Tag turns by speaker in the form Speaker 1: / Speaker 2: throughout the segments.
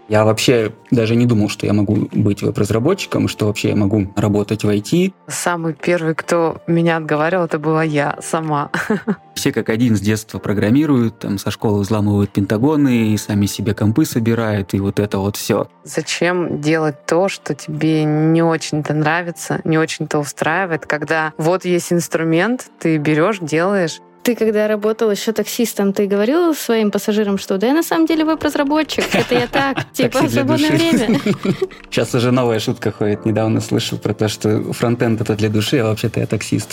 Speaker 1: Я вообще даже не думал, что я могу быть веб-разработчиком, что вообще я могу работать в IT.
Speaker 2: Самый первый, кто меня отговаривал, это была я сама.
Speaker 1: Все как один с детства программируют, там со школы взламывают пентагоны, и сами себе компы собирают, и вот это вот все.
Speaker 2: Зачем делать то, что тебе не очень-то нравится, не очень-то устраивает, когда вот есть инструмент, ты берешь, делаешь.
Speaker 3: Ты, когда работал еще таксистом, ты говорил своим пассажирам, что да я на самом деле веб-разработчик, это я так, типа в свободное время.
Speaker 1: Сейчас уже новая шутка ходит. Недавно слышал про то, что фронтенд — это для души, а вообще-то я таксист.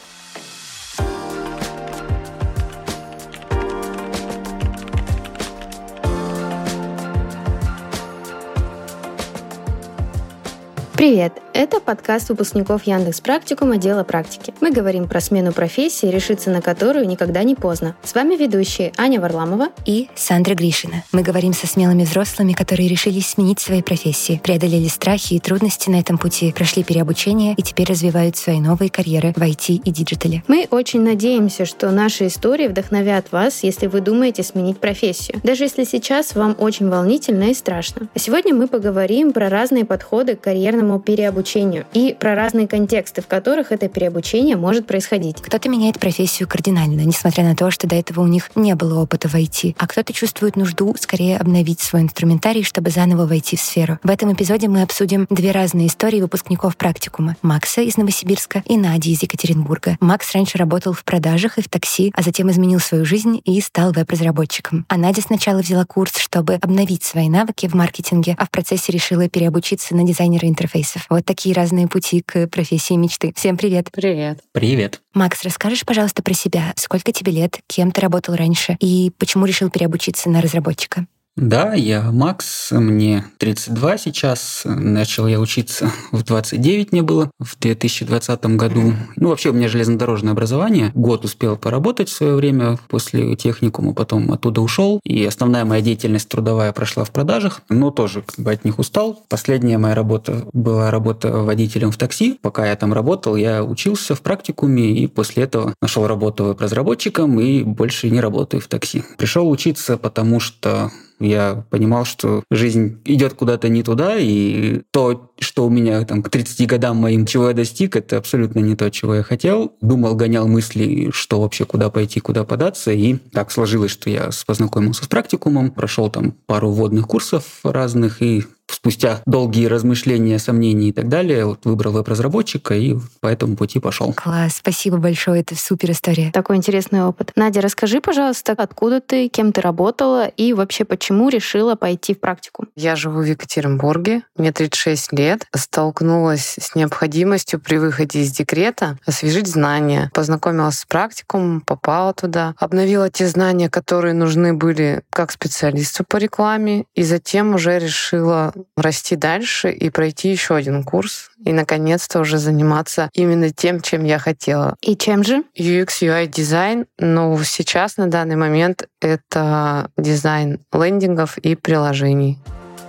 Speaker 3: Привет! Это подкаст выпускников Яндекс.Практикум отдела практики. Мы говорим про смену профессии, решиться на которую никогда не поздно. С вами ведущие Аня Варламова
Speaker 4: и Сандра Гришина. Мы говорим со смелыми взрослыми, которые решились сменить свои профессии, преодолели страхи и трудности на этом пути, прошли переобучение и теперь развивают свои новые карьеры в IT и диджитале.
Speaker 3: Мы очень надеемся, что наши истории вдохновят вас, если вы думаете сменить профессию, даже если сейчас вам очень волнительно и страшно. А сегодня мы поговорим про разные подходы к карьерному переобучению и про разные контексты, в которых это переобучение может происходить.
Speaker 4: Кто-то меняет профессию кардинально, несмотря на то, что до этого у них не было опыта в IT, а кто-то чувствует нужду скорее обновить свой инструментарий, чтобы заново войти в сферу. В этом эпизоде мы обсудим две разные истории выпускников практикума: Макса из Новосибирска и Нади из Екатеринбурга. Макс раньше работал в продажах и в такси, а затем изменил свою жизнь и стал веб-разработчиком. А Надя сначала взяла курс, чтобы обновить свои навыки в маркетинге, а в процессе решила переобучиться на дизайнера интерфейсов. Вот такие разные пути к профессии мечты. Всем привет!
Speaker 2: Привет!
Speaker 1: Привет!
Speaker 4: Макс, расскажешь, пожалуйста, про себя. Сколько тебе лет, кем ты работал раньше и почему решил переобучиться на разработчика?
Speaker 1: Да, я Макс, мне 32 сейчас. Начал я учиться в 29 мне было, в 2020 году. Вообще у меня железнодорожное образование. Год успел поработать в свое время после техникума, потом оттуда ушел. И основная моя деятельность трудовая прошла в продажах, но тоже от них устал. Последняя моя работа была работа водителем в такси. Пока я там работал, я учился в практикуме, и после этого нашел работу веб-разработчиком и больше не работаю в такси. Пришел учиться, потому что я понимал, что жизнь идет куда-то не туда, и то, что у меня там к 30 годам моим, чего я достиг, это абсолютно не то, чего я хотел. Думал, гонял мысли, что вообще, куда пойти, куда податься, и так сложилось, что я познакомился с практикумом, прошел там пару вводных курсов разных, и спустя долгие размышления, сомнения и так далее, выбрал веб-разработчика и по этому пути пошел.
Speaker 4: Класс, спасибо большое, это супер история.
Speaker 3: Такой интересный опыт. Надя, расскажи, пожалуйста, откуда ты, кем ты работала и вообще почему решила пойти в практику?
Speaker 2: Я живу в Екатеринбурге, мне 36 лет. Столкнулась с необходимостью при выходе из декрета освежить знания. Познакомилась с практикумом, попала туда, обновила те знания, которые нужны были как специалисту по рекламе, и затем уже решила расти дальше и пройти еще один курс. И, наконец-то, уже заниматься именно тем, чем я хотела.
Speaker 3: И чем же?
Speaker 2: UX, UI дизайн. Но сейчас, на данный момент, это дизайн лендингов и приложений.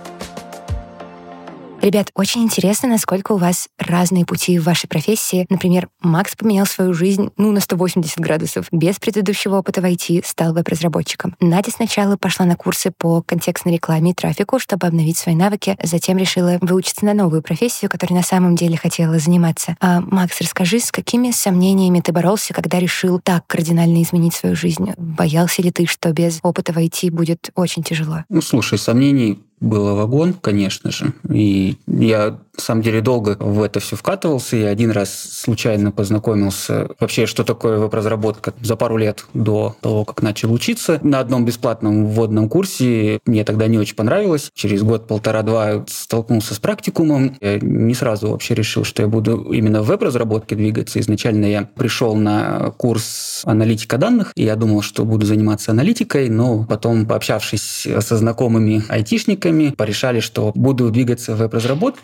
Speaker 4: Ребят, очень интересно, насколько у вас разные пути в вашей профессии. Например, Макс поменял свою жизнь, на 180 градусов. Без предыдущего опыта в IT стал веб-разработчиком. Надя сначала пошла на курсы по контекстной рекламе и трафику, чтобы обновить свои навыки. Затем решила выучиться на новую профессию, которой на самом деле хотела заниматься. А, Макс, расскажи, с какими сомнениями ты боролся, когда решил так кардинально изменить свою жизнь? Боялся ли ты, что без опыта в IT будет очень тяжело?
Speaker 1: Слушай, сомнений было вагон, конечно же. И я, на самом деле, долго в это все вкатывался. Я один раз случайно познакомился вообще, что такое веб-разработка за пару лет до того, как начал учиться. На одном бесплатном вводном курсе мне тогда не очень понравилось. Через год, полтора-два столкнулся с практикумом. Я не сразу вообще решил, что я буду именно в веб-разработке двигаться. Изначально я пришел на курс аналитика данных, и я думал, что буду заниматься аналитикой, но потом, пообщавшись со знакомыми айтишниками, порешали, что буду двигаться в веб-разработке, и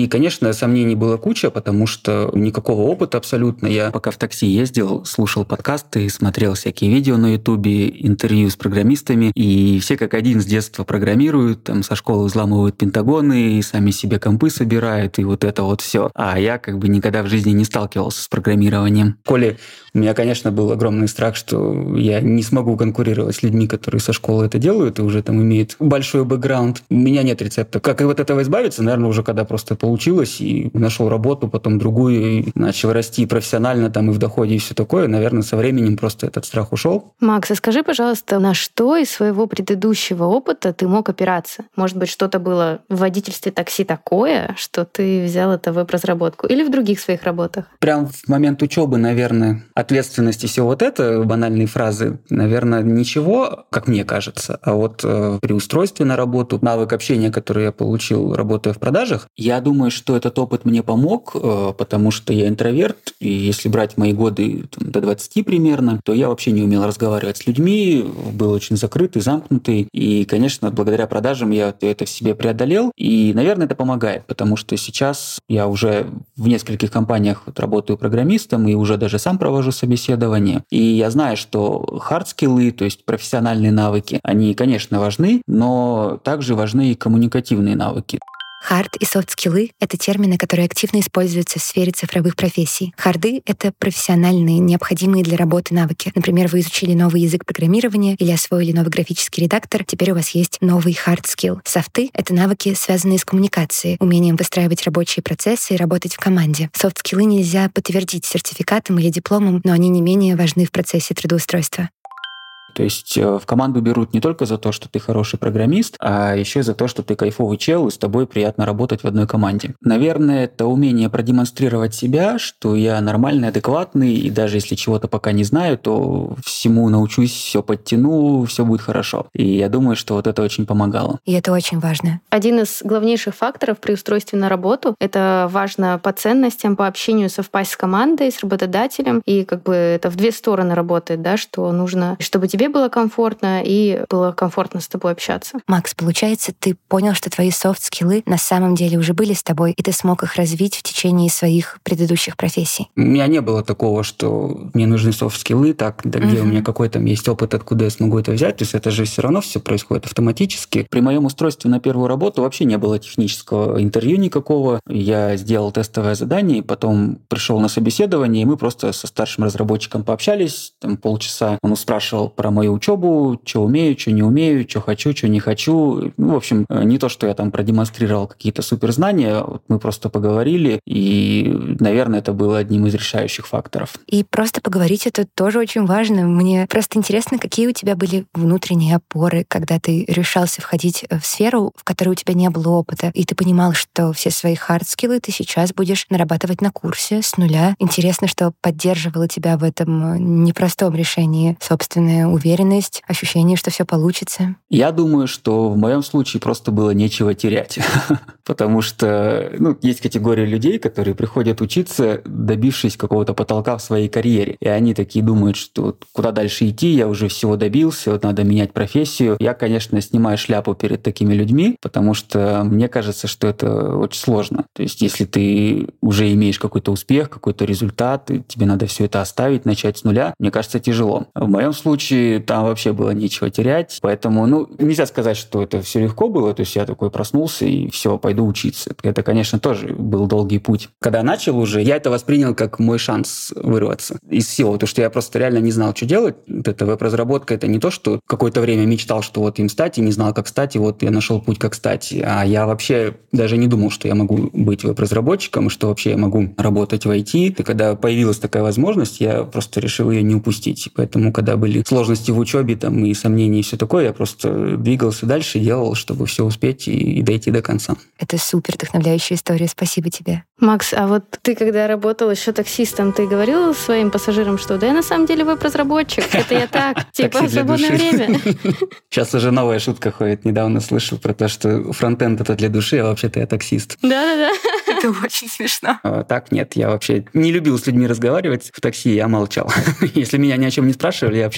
Speaker 1: конечно, сомнений было куча, потому что никакого опыта абсолютно. Я пока в такси ездил, слушал подкасты, смотрел всякие видео на Ютубе, интервью с программистами, и все как один с детства программируют, там со школы взламывают пентагоны, и сами себе компы собирают, и вот это вот все. А я как бы никогда в жизни не сталкивался с программированием. Коли у меня, конечно, был огромный страх, что я не смогу конкурировать с людьми, которые со школы это делают и уже там имеют большой бэкграунд. У меня нет рецепта. Как от этого избавиться? Наверное, уже когда просто получилось и нашел работу, потом другую, и начал расти профессионально там и в доходе, и все такое. Наверное, со временем просто этот страх ушел.
Speaker 3: Макс, а скажи, пожалуйста, на что из своего предыдущего опыта ты мог опираться? Может быть, что-то было в водительстве такси такое, что ты взял это в веб-разработку? Или в других своих работах?
Speaker 1: Прям в момент учебы, наверное, ответственности, все вот это, банальные фразы, наверное, ничего, как мне кажется. А вот при устройстве на работу, навык общения, который я получил, работая в продажах, я думаю, что этот опыт мне помог, потому что я интроверт, и если брать мои годы там, до 20 примерно, то я вообще не умел разговаривать с людьми, был очень закрытый, замкнутый, и, конечно, благодаря продажам я это в себе преодолел, и, наверное, это помогает, потому что сейчас я уже в нескольких компаниях работаю программистом и уже даже сам провожу собеседование. И я знаю, что хард-скиллы, то есть профессиональные навыки, они, конечно, важны, но также важны и коммуникативные навыки.
Speaker 4: Хард и софт-скиллы — это термины, которые активно используются в сфере цифровых профессий. Харды — это профессиональные, необходимые для работы навыки. Например, вы изучили новый язык программирования или освоили новый графический редактор, теперь у вас есть новый хард-скилл. Софты — это навыки, связанные с коммуникацией, умением выстраивать рабочие процессы и работать в команде. Софт-скиллы нельзя подтвердить сертификатом или дипломом, но они не менее важны в процессе трудоустройства.
Speaker 1: То есть в команду берут не только за то, что ты хороший программист, а еще и за то, что ты кайфовый чел, и с тобой приятно работать в одной команде. Наверное, это умение продемонстрировать себя, что я нормальный, адекватный, и даже если чего-то пока не знаю, то всему научусь, все подтяну, все будет хорошо. И я думаю, что вот это очень помогало.
Speaker 4: И это очень важно.
Speaker 3: Один из главнейших факторов при устройстве на работу — это важно по ценностям, по общению совпасть с командой, с работодателем. И как бы это в две стороны работает, да, что нужно, чтобы тебе было комфортно и было комфортно с тобой общаться.
Speaker 4: Макс, получается, ты понял, что твои софт-скиллы на самом деле уже были с тобой, и ты смог их развить в течение своих предыдущих профессий?
Speaker 1: У меня не было такого, что мне нужны софт-скиллы, так, да где у меня какой там есть опыт, откуда я смогу это взять. То есть это же все равно все происходит автоматически. При моем устройстве на первую работу вообще не было технического интервью никакого. Я сделал тестовое задание, и потом пришел на собеседование, и мы просто со старшим разработчиком пообщались, там полчаса. Он спрашивал про мою учебу, что умею, что не умею, что хочу, что не хочу. Ну, в общем, не то, что я там продемонстрировал какие-то суперзнания, вот мы просто поговорили, и, наверное, это было одним из решающих факторов.
Speaker 4: И просто поговорить — это тоже очень важно. Мне просто интересно, какие у тебя были внутренние опоры, когда ты решался входить в сферу, в которой у тебя не было опыта, и ты понимал, что все свои хард-скиллы ты сейчас будешь нарабатывать на курсе с нуля. Интересно, что поддерживало тебя в этом непростом решении. Собственная уверенность, ощущение, что все получится.
Speaker 1: Я думаю, что в моем случае просто было нечего терять. Потому что есть категория людей, которые приходят учиться, добившись какого-то потолка в своей карьере. И они такие думают, что куда дальше идти, я уже всего добился, вот надо менять профессию. Я, конечно, снимаю шляпу перед такими людьми, потому что мне кажется, что это очень сложно. То есть если ты уже имеешь какой-то успех, какой-то результат, и тебе надо все это оставить, начать с нуля, мне кажется, тяжело. В моем случае там вообще было нечего терять, поэтому, нельзя сказать, что это все легко было, то есть я такой проснулся и все, пойду учиться. Это, конечно, тоже был долгий путь. Когда начал уже, я это воспринял как мой шанс вырваться из всего, потому что я просто реально не знал, что делать. Вот эта веб-разработка — это не то, что какое-то время мечтал, что вот им стать, и не знал, как стать, и вот я нашел путь, как стать. А я вообще даже не думал, что я могу быть веб-разработчиком, и что вообще я могу работать в IT. И когда появилась такая возможность, я просто решил ее не упустить. Поэтому, когда были сложности в учебе там, и сомнения, и все такое, я просто двигался дальше, делал, чтобы все успеть и дойти до конца.
Speaker 4: Это супер вдохновляющая история. Спасибо тебе.
Speaker 3: Макс, а вот ты, когда работал еще таксистом, ты говорил своим пассажирам, что да я на самом деле веб-разработчик, это я так, типа в свободное время?
Speaker 1: Сейчас уже новая шутка ходит. Недавно слышал про то, что фронтенд — это для души, а вообще-то я таксист.
Speaker 3: Да-да-да.
Speaker 4: Это очень смешно.
Speaker 1: Так, нет, я вообще не любил с людьми разговаривать в такси, я молчал. Если меня ни о чем не спрашивали, я вообще ничего не говорил.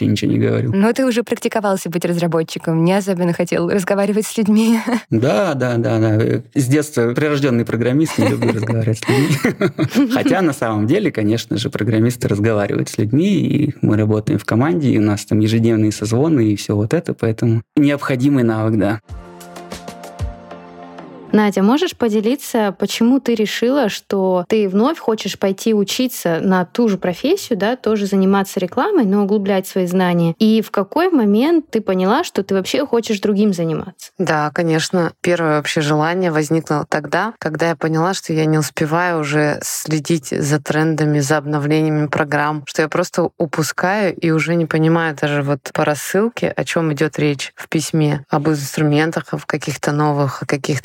Speaker 1: говорил.
Speaker 4: Но ты уже практиковался быть разработчиком, не особенно хотел разговаривать с людьми.
Speaker 1: Да. С детства прирожденный программист, не люблю разговаривать с людьми. Хотя на самом деле, конечно же, программисты разговаривают с людьми, и мы работаем в команде, и у нас там ежедневные созвоны и все вот это, поэтому необходимый навык, да.
Speaker 3: Надя, можешь поделиться, почему ты решила, что ты вновь хочешь пойти учиться на ту же профессию, да, тоже заниматься рекламой, но углублять свои знания? И в какой момент ты поняла, что ты вообще хочешь другим заниматься?
Speaker 2: Да, конечно. Первое вообще желание возникло тогда, когда я поняла, что я не успеваю уже следить за трендами, за обновлениями программ, что я просто упускаю и уже не понимаю даже вот по рассылке, о чем идет речь в письме, об инструментах, о каких-то новых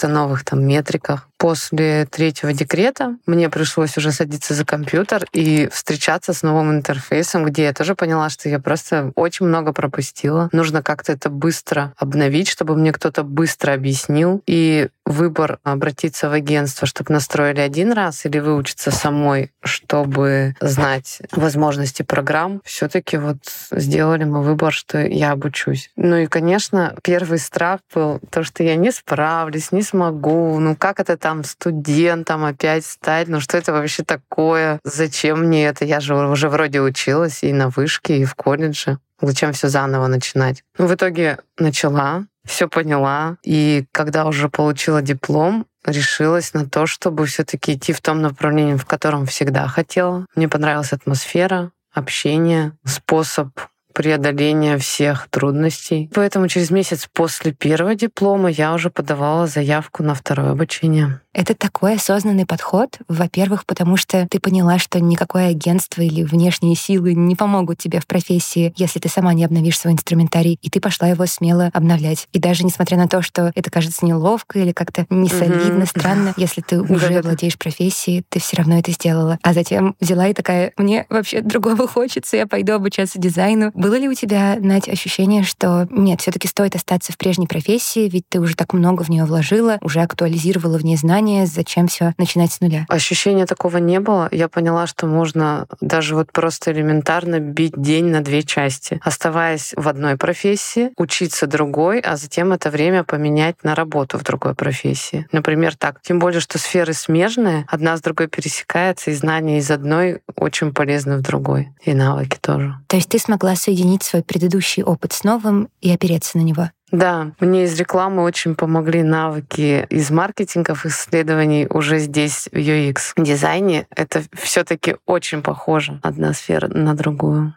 Speaker 2: там метриках. После 3-го декрета мне пришлось уже садиться за компьютер и встречаться с новым интерфейсом, где я тоже поняла, что я просто очень много пропустила. Нужно как-то это быстро обновить, чтобы мне кто-то быстро объяснил. И выбор обратиться в агентство, чтобы настроили один раз, или выучиться самой, чтобы знать возможности программ, все-таки вот сделали мы выбор, что я обучусь. Ну и, конечно, первый страх был то, что я не справлюсь, не смогу. Ну как это там студентом опять стать? Ну что это вообще такое? Зачем мне это? Я же уже вроде училась и на вышке, и в колледже. Зачем все заново начинать? Ну, в итоге начала, все поняла. И когда уже получила диплом, решилась на то, чтобы все-таки идти в том направлении, в котором всегда хотела. Мне понравилась атмосфера, общение, способ преодоления всех трудностей. Поэтому через месяц после первого диплома я уже подавала заявку на второе обучение.
Speaker 4: Это такой осознанный подход, во-первых, потому что ты поняла, что никакое агентство или внешние силы не помогут тебе в профессии, если ты сама не обновишь свой инструментарий, и ты пошла его смело обновлять. И даже несмотря на то, что это кажется неловко или как-то несолидно, странно, если ты уже владеешь профессией, ты все равно это сделала. А затем взяла и такая: мне вообще другого хочется, я пойду обучаться дизайну. Было ли у тебя, Надь, ощущение, что нет, все-таки стоит остаться в прежней профессии, ведь ты уже так много в нее вложила, уже актуализировала в ней знания, зачем все начинать с нуля?
Speaker 2: Ощущения такого не было. Я поняла, что можно даже вот просто элементарно бить день на 2 части, оставаясь в одной профессии, учиться другой, а затем это время поменять на работу в другой профессии. Например, так. Тем более, что сферы смежные, одна с другой пересекается, и знания из одной очень полезны в другой, и навыки тоже.
Speaker 4: То есть ты смогла соединить свой предыдущий опыт с новым и опереться на него?
Speaker 2: Да, мне из рекламы очень помогли навыки из маркетинговых исследований уже здесь, в UX-дизайне. Это все-таки очень похоже одна сфера на другую.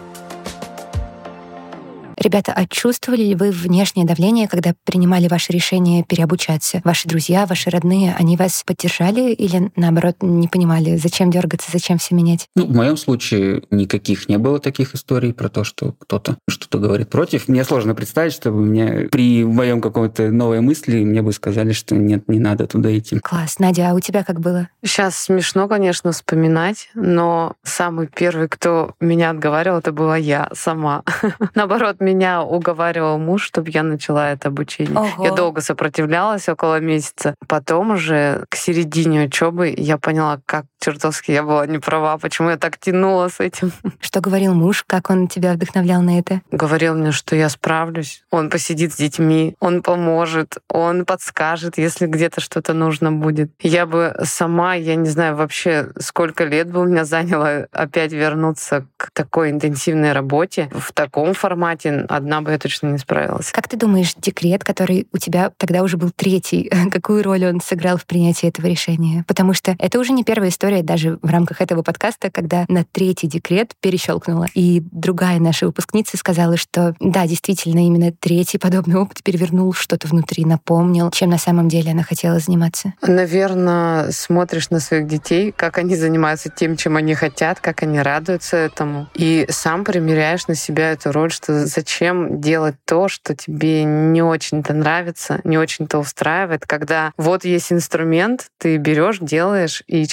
Speaker 4: Ребята, а чувствовали ли вы внешнее давление, когда принимали ваше решение переобучаться? Ваши друзья, ваши родные, они вас поддержали или, наоборот, не понимали, зачем дергаться, зачем все менять?
Speaker 1: Ну, в моем случае никаких не было таких историй про то, что кто-то что-то говорит против. Мне сложно представить, чтобы мне при моем каком-то новой мысли мне бы сказали, что нет, не надо туда идти.
Speaker 4: Класс. Надя, а у тебя как было?
Speaker 2: Сейчас смешно, конечно, вспоминать, но самый первый, кто меня отговаривал, это была я сама. Наоборот, меня уговаривал муж, чтобы я начала это обучение.
Speaker 4: Ого.
Speaker 2: Я долго сопротивлялась, около месяца. Потом уже к середине учебы я поняла, как чертовски я была не права, почему я так тянула с этим.
Speaker 4: Что говорил муж? Как он тебя вдохновлял на это?
Speaker 2: Говорил мне, что я справлюсь. Он посидит с детьми, он поможет, он подскажет, если где-то что-то нужно будет. Я бы сама, я не знаю вообще, сколько лет бы у меня заняло опять вернуться к такой интенсивной работе. В таком формате одна бы я точно не справилась.
Speaker 4: Как ты думаешь, декрет, который у тебя тогда уже был 3-й, какую роль он сыграл в принятии этого решения? Потому что это уже не первая история даже в рамках этого подкаста, когда на 3-й декрет перещелкнула. И другая наша выпускница сказала, что да, действительно, именно 3-й подобный опыт перевернул что-то внутри, напомнил, чем на самом деле она хотела заниматься.
Speaker 2: Наверное, смотришь на своих детей, как они занимаются тем, чем они хотят, как они радуются этому. И сам примеряешь на себя эту роль, что зачем делать то, что тебе не очень-то нравится, не очень-то устраивает, когда вот есть инструмент, ты берешь, делаешь, и через какое-то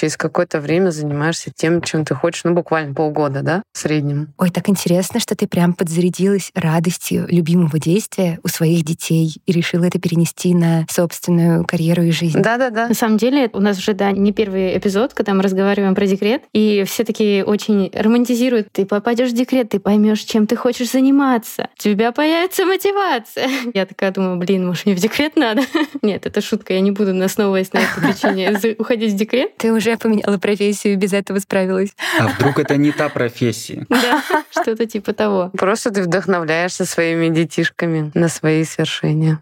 Speaker 2: какое-то время занимаешься тем, чем ты хочешь, буквально полгода, да, в среднем.
Speaker 4: Ой, так интересно, что ты прям подзарядилась радостью любимого действия у своих детей и решила это перенести на собственную карьеру и жизнь.
Speaker 2: Да-да-да.
Speaker 3: На самом деле, у нас уже, не первый эпизод, когда мы разговариваем про декрет, и все такие очень романтизируют. Ты попадешь в декрет, ты поймешь, чем ты хочешь заниматься. У тебя появится мотивация. Я такая думаю, может, мне в декрет надо? Нет, это шутка, я не буду, основываясь на этой причине, уходить в декрет.
Speaker 4: Ты уже поменяла профессию и без этого справилась.
Speaker 1: А вдруг это не та профессия?
Speaker 3: Да, что-то типа того.
Speaker 2: Просто ты вдохновляешься своими детишками на свои свершения.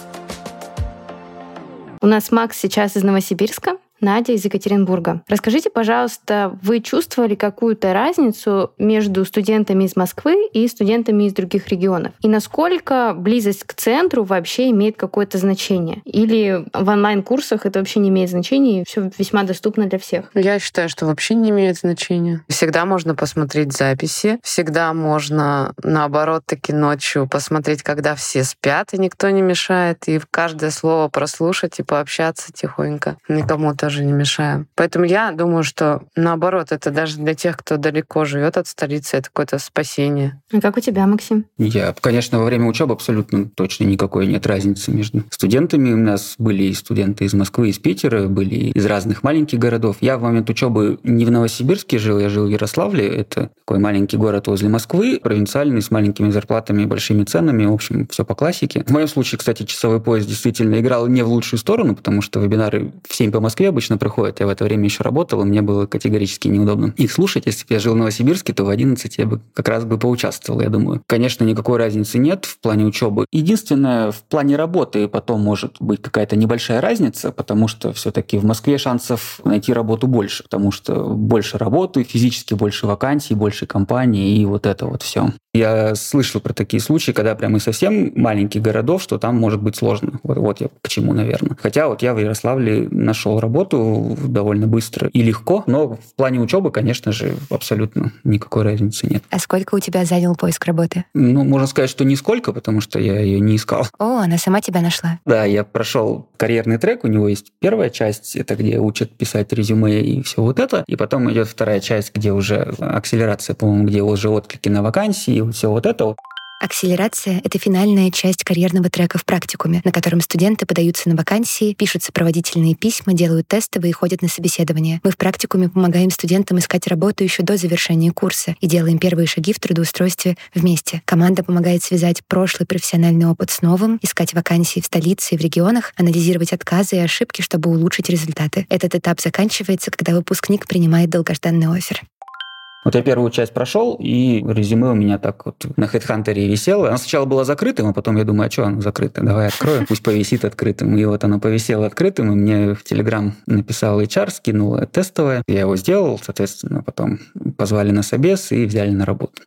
Speaker 3: У нас Макс сейчас из Новосибирска, Надя из Екатеринбурга. Расскажите, пожалуйста, вы чувствовали какую-то разницу между студентами из Москвы и студентами из других регионов? И насколько близость к центру вообще имеет какое-то значение? Или в онлайн-курсах это вообще не имеет значения и все весьма доступно для всех?
Speaker 2: Я считаю, что вообще не имеет значения. Всегда можно посмотреть записи, всегда можно, наоборот, таки ночью посмотреть, когда все спят, и никто не мешает, и каждое слово прослушать и пообщаться тихонько. Никому тоже не мешаем. Поэтому я думаю, что наоборот, это даже для тех, кто далеко живет от столицы, это какое-то спасение.
Speaker 3: А как у тебя, Максим?
Speaker 1: Конечно, во время учебы абсолютно точно никакой нет разницы между студентами. У нас были и студенты из Москвы, из Питера, были из разных маленьких городов. Я в момент учебы не в Новосибирске жил, я жил в Ярославле. Это такой маленький город возле Москвы, провинциальный, с маленькими зарплатами и большими ценами. В общем, все по классике. В моем случае, кстати, часовой пояс действительно играл не в лучшую сторону, потому что вебинары в 7 по Москве обычно проходят. Я в это время еще работал, и мне было категорически неудобно их слушать. Если бы я жил в Новосибирске, то в 11 я бы как раз бы поучаствовал, я думаю. Конечно, никакой разницы нет в плане учебы. Единственное, в плане работы потом может быть какая-то небольшая разница, потому что все-таки в Москве шансов найти работу больше, потому что больше работы, физически больше вакансий, больше компаний и вот это вот все. Я слышал про такие случаи, когда прям из совсем маленьких городов, что там может быть сложно. Вот я к чему, наверное. Хотя вот я в Ярославле нашел работу довольно быстро и легко, но в плане учебы, конечно же, абсолютно никакой разницы нет.
Speaker 4: А сколько у тебя занял поиск работы?
Speaker 1: Можно сказать, что нисколько, потому что я ее не искал.
Speaker 4: О, она сама тебя нашла.
Speaker 1: Да, я прошел карьерный трек, у него есть первая часть, это где учат писать резюме и все вот это, и потом идет вторая часть, где уже акселерация, по-моему, где уже отклики на вакансии и все вот это.
Speaker 4: Акселерация — это финальная часть карьерного трека в практикуме, на котором студенты подаются на вакансии, пишут сопроводительные письма, делают тестовые и ходят на собеседование. Мы в практикуме помогаем студентам искать работу еще до завершения курса и делаем первые шаги в трудоустройстве вместе. Команда помогает связать прошлый профессиональный опыт с новым, искать вакансии в столице и в регионах, анализировать отказы и ошибки, чтобы улучшить результаты. Этот этап заканчивается, когда выпускник принимает долгожданный оффер.
Speaker 1: Вот я первую часть прошел, и резюме у меня так вот на HeadHunter висело. Оно сначала было закрытым, а потом я думаю, а что оно закрыто? Давай открою, пусть повисит открытым. И вот оно повисело открытым, и мне в Telegram написал HR, скинул тестовое. Я его сделал, соответственно, потом позвали на собес и взяли на работу.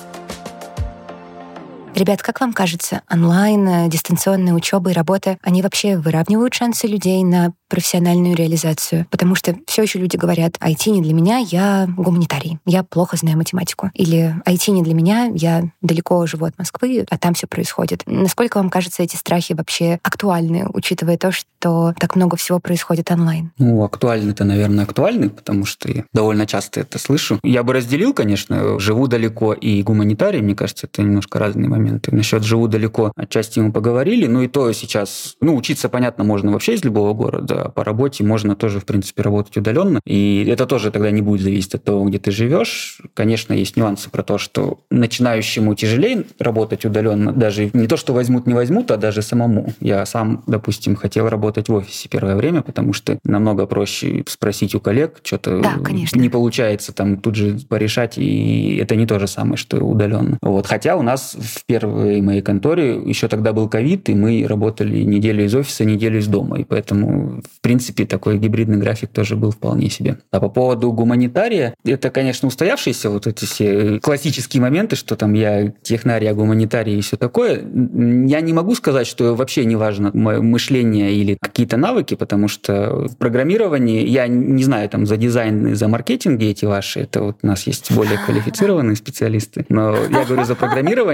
Speaker 4: Ребят, как вам кажется, онлайн, дистанционная учеба и работа, они вообще выравнивают шансы людей на профессиональную реализацию? Потому что все еще люди говорят, IT не для меня, я гуманитарий, я плохо знаю математику. Или IT не для меня, я далеко живу от Москвы, а там все происходит. Насколько вам кажется, эти страхи вообще актуальны, учитывая то, что так много всего происходит онлайн?
Speaker 1: Актуальны-то, наверное, актуальны, потому что я довольно часто это слышу. Я бы разделил, конечно, живу далеко и гуманитарий, мне кажется, это немножко разные моменты. Насчет живу далеко отчасти мы поговорили, и то сейчас, учиться, понятно, можно вообще из любого города, а по работе можно тоже, в принципе, работать удаленно, и это тоже тогда не будет зависеть от того, где ты живешь. Конечно, есть нюансы про то, что начинающему тяжелее работать удаленно, даже не то, что возьмут, не возьмут, а даже самому. Я сам, допустим, хотел работать в офисе первое время, потому что намного проще спросить у коллег, что-то не получается там тут же порешать, и это не то же самое, что удаленно. Хотя у нас в первой моей конторе еще тогда был ковид, и мы работали неделю из офиса, неделю из дома, и поэтому, в принципе, такой гибридный график тоже был вполне себе. А по поводу гуманитария, это, конечно, устоявшиеся вот эти все классические моменты, что там я технарий, я гуманитарий и все такое. Я не могу сказать, что вообще не важно мое мышление или какие-то навыки, потому что в программировании, я не знаю, там, за дизайн и за маркетинги эти ваши, это у нас есть более квалифицированные специалисты, но я говорю за программирование, у нас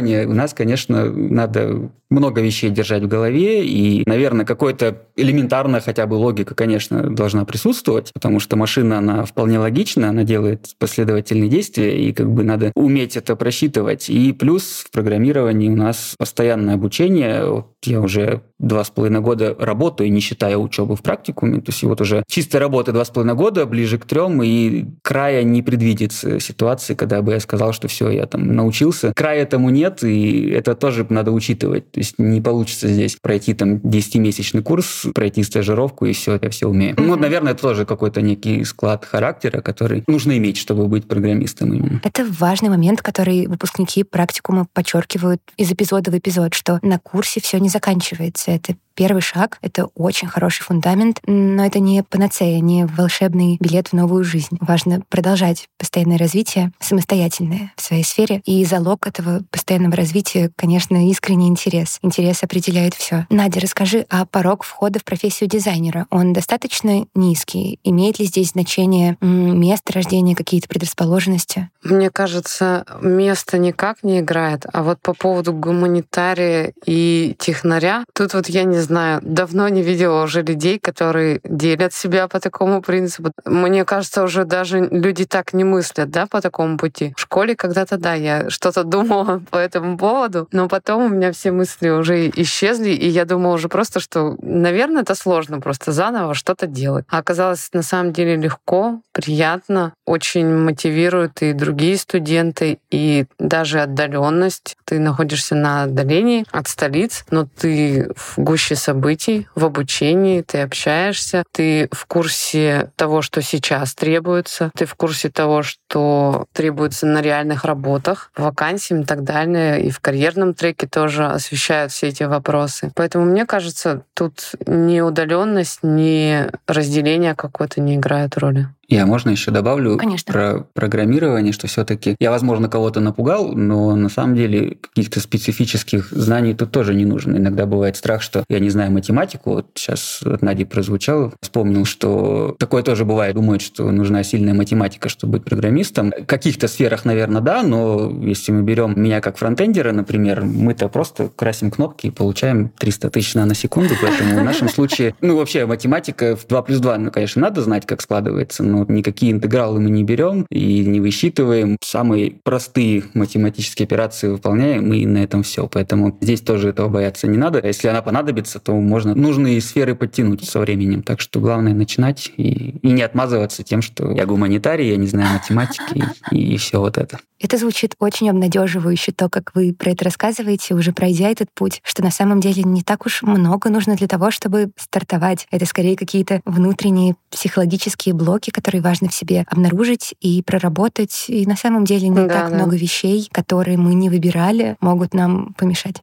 Speaker 1: нас, конечно, надо много вещей держать в голове, и, наверное, какой-то элементарная хотя бы логика, конечно, должна присутствовать, потому что машина, она вполне логична, она делает последовательные действия, и как бы надо уметь это просчитывать. И плюс в программировании у нас постоянное обучение. Вот я уже 2,5 года работаю, не считая учебы в практикуме, то есть вот уже чистой работы 2,5 года, ближе к 3, и края не предвидится ситуации, когда бы я сказал, что все, я там научился. Края этому нет, и это тоже надо учитывать. То есть не получится здесь пройти там 10-месячный курс, пройти стажировку, и все, я все умею. Ну, наверное, это тоже какой-то некий склад характера, который нужно иметь, чтобы быть программистом именно.
Speaker 4: Это важный момент, который выпускники практикума подчеркивают из эпизода в эпизод, что на курсе все не заканчивается. Это первый шаг, это очень хороший фундамент, но это не панацея, не волшебный билет в новую жизнь. Важно продолжать постоянное развитие, самостоятельное в своей сфере. И залог этого постоянного развития, конечно, искренний интерес. Интерес определяет все. Надя, расскажи, а порог входа в профессию дизайнера, он достаточно низкий? Имеет ли здесь значение место рождения, какие-то предрасположенности?
Speaker 2: Мне кажется, место никак не играет. А вот по поводу гуманитария и технаря, тут вот я не знаю, давно не видела уже людей, которые делят себя по такому принципу. Мне кажется, уже даже люди так не мыслят, да, по такому пути. В школе когда-то, да, я что-то думала по этому поводу, но потом у меня все мысли уже исчезли, и я думала уже просто, что, наверное, это сложно просто заново что-то делать. А оказалось, на самом деле легко, приятно, очень мотивирует и другие студенты, и даже отдаленность. Ты находишься на отдалении от столиц, но ты в гуще событий, в обучении, ты общаешься, ты в курсе того, что сейчас требуется, ты в курсе того, что требуется на реальных работах, вакансиям и так далее, и в карьерном треке тоже освещают все эти вопросы. Поэтому мне кажется, тут ни удаленность, ни разделение какое-то не играют роли.
Speaker 1: Я, можно еще добавлю?
Speaker 4: Конечно.
Speaker 1: Про программирование, что все-таки я, возможно, кого-то напугал, но на самом деле каких-то специфических знаний тут тоже не нужно. Иногда бывает страх, что я не знаю математику. Вот сейчас от Нади прозвучало, вспомнил, что такое тоже бывает. Думают, что нужна сильная математика, чтобы быть программистом. В каких-то сферах, наверное, да, но если мы берем меня как фронтендера, например, мы-то просто красим кнопки и получаем 300 тысяч наносекунду, поэтому в нашем случае, вообще математика в 2 плюс 2, конечно, надо знать, как складывается, но никакие интегралы мы не берем и не высчитываем. Самые простые математические операции выполняем, и на этом все. Поэтому здесь тоже этого бояться не надо. Если она понадобится, то можно нужные сферы подтянуть со временем. Так что главное начинать и не отмазываться тем, что я гуманитарий, я не знаю математики и все вот это.
Speaker 4: Это звучит очень обнадеживающе, то, как вы про это рассказываете, уже пройдя этот путь, что на самом деле не так уж много нужно для того, чтобы стартовать. Это скорее какие-то внутренние психологические блоки, которые важно в себе обнаружить и проработать. И на самом деле не так много вещей, которые мы не выбирали, могут нам помешать.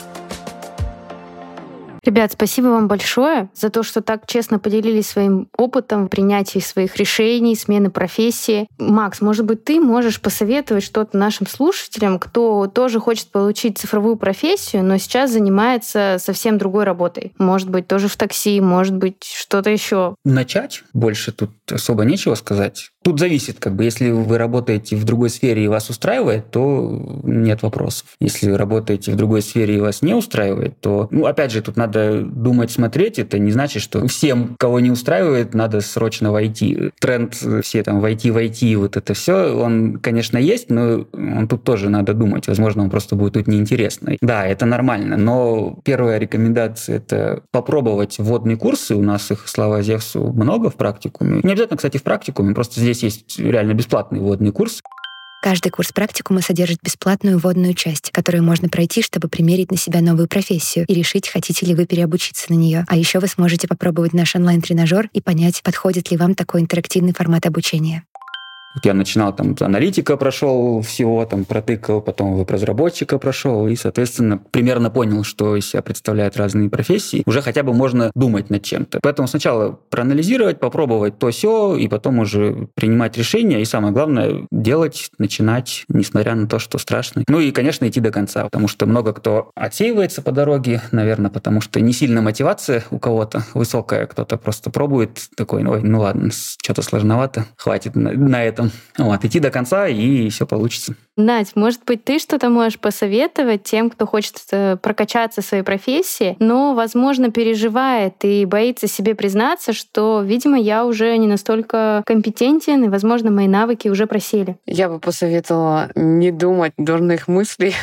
Speaker 3: Ребят, спасибо вам большое за то, что так честно поделились своим опытом в принятии своих решений, смены профессии. Макс, может быть, ты можешь посоветовать что-то нашим слушателям, кто тоже хочет получить цифровую профессию, но сейчас занимается совсем другой работой? Может быть, тоже в такси, может быть, что-то еще?
Speaker 1: Начать? Больше тут особо нечего сказать. Тут зависит, если вы работаете в другой сфере и вас устраивает, то нет вопросов. Если вы работаете в другой сфере и вас не устраивает, то, опять же, тут надо думать, смотреть. Это не значит, что всем, кого не устраивает, надо срочно в IT. Тренд все там в IT, вот это все, он, конечно, есть, но он тут тоже надо думать. Возможно, он просто будет тут неинтересный. Да, это нормально, но первая рекомендация – это попробовать вводные курсы. У нас их, слава Зевсу, много в практикуме. Не обязательно, кстати, в практикуме, просто здесь есть реально бесплатный вводный курс.
Speaker 4: Каждый курс практикума содержит бесплатную вводную часть, которую можно пройти, чтобы примерить на себя новую профессию и решить, хотите ли вы переобучиться на нее. А еще вы сможете попробовать наш онлайн-тренажер и понять, подходит ли вам такой интерактивный формат обучения.
Speaker 1: Я начинал аналитика прошел всего, протыкал, потом веб-разработчика прошел, и, соответственно, примерно понял, что из себя представляют разные профессии. Уже хотя бы можно думать над чем-то. Поэтому сначала проанализировать, попробовать то-сё, и потом уже принимать решения. И самое главное, делать, начинать, несмотря на то, что страшно. И, конечно, идти до конца, потому что много кто отсеивается по дороге, наверное, потому что не сильно мотивация у кого-то высокая, кто-то просто пробует, такой, ладно, что-то сложновато, хватит на этом. Идти до конца, и все получится.
Speaker 3: Надь, может быть, ты что-то можешь посоветовать тем, кто хочет прокачаться в своей профессии, но, возможно, переживает и боится себе признаться, что, видимо, я уже не настолько компетентен, и, возможно, мои навыки уже просели.
Speaker 2: Я бы посоветовала не думать дурных мыслей,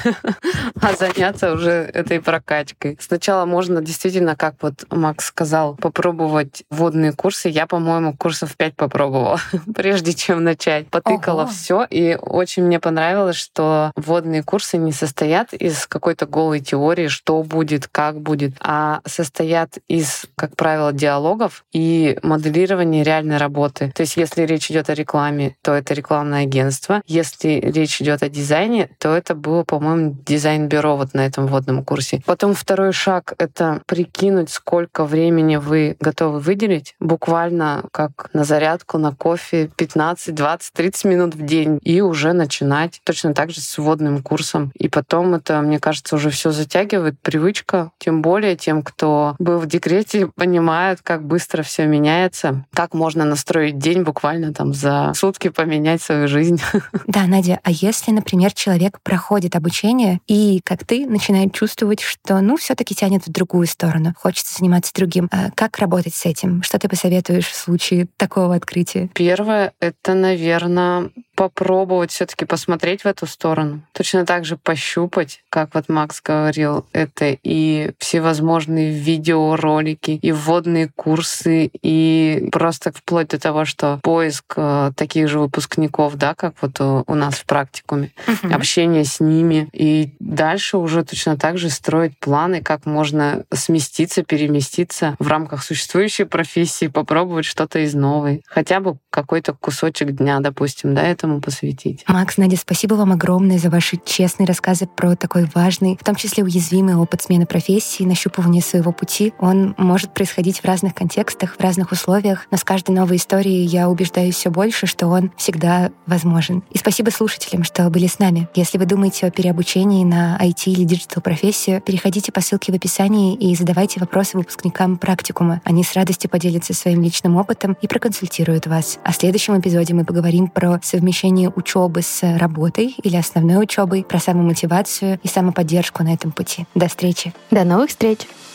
Speaker 2: а заняться уже этой прокачкой. Сначала можно действительно, как вот Макс сказал, попробовать вводные курсы. Я, по-моему, курсов 5 попробовала, прежде чем начать. Потыкала все, и очень мне понравилось, что вводные курсы не состоят из какой-то голой теории, что будет, как будет, а состоят из, как правило, диалогов и моделирования реальной работы. То есть, если речь идет о рекламе, то это рекламное агентство. Если речь идет о дизайне, то это было, по-моему, дизайн-бюро вот на этом вводном курсе. Потом второй шаг — это прикинуть, сколько времени вы готовы выделить, буквально как на зарядку, на кофе, 15, 20, 30 минут в день, и уже начинать точно так же с вводным курсом. И потом это, мне кажется, уже все затягивает, привычка. Тем более тем, кто был в декрете, понимают, как быстро все меняется, как можно настроить день буквально там за сутки, поменять свою жизнь.
Speaker 4: Да, Надя, а если, например, человек проходит обучение и, как ты, начинает чувствовать, что, все-таки тянет в другую сторону, хочется заниматься другим, как работать с этим? Что ты посоветуешь в случае такого открытия?
Speaker 2: Первое — это, наверное, попробовать все-таки посмотреть в эту сторону. Точно так же пощупать, как вот Макс говорил, это и всевозможные видеоролики, и вводные курсы, и просто вплоть до того, что поиск таких же выпускников, да, как вот у нас в практикуме, общение с ними, и дальше уже точно так же строить планы, как можно сместиться, переместиться в рамках существующей профессии, попробовать что-то из новой. Хотя бы какой-то кусочек дня, допустим, да, этому посвятить.
Speaker 4: Макс, Надя, спасибо вам огромное за ваши честные рассказы про такой важный, в том числе уязвимый опыт смены профессии, нащупывания своего пути. Он может происходить в разных контекстах, в разных условиях, но с каждой новой историей я убеждаюсь все больше, что он всегда возможен. И спасибо слушателям, что были с нами. Если вы думаете о переобучении на IT или диджитал-профессию, переходите по ссылке в описании и задавайте вопросы выпускникам практикума. Они с радостью поделятся своим личным опытом и проконсультируют вас. А в следующем эпизоде мы поговорим про совмещение учебы с работой или основной учебой, про самомотивацию и самоподдержку на этом пути. До встречи.
Speaker 3: До новых встреч.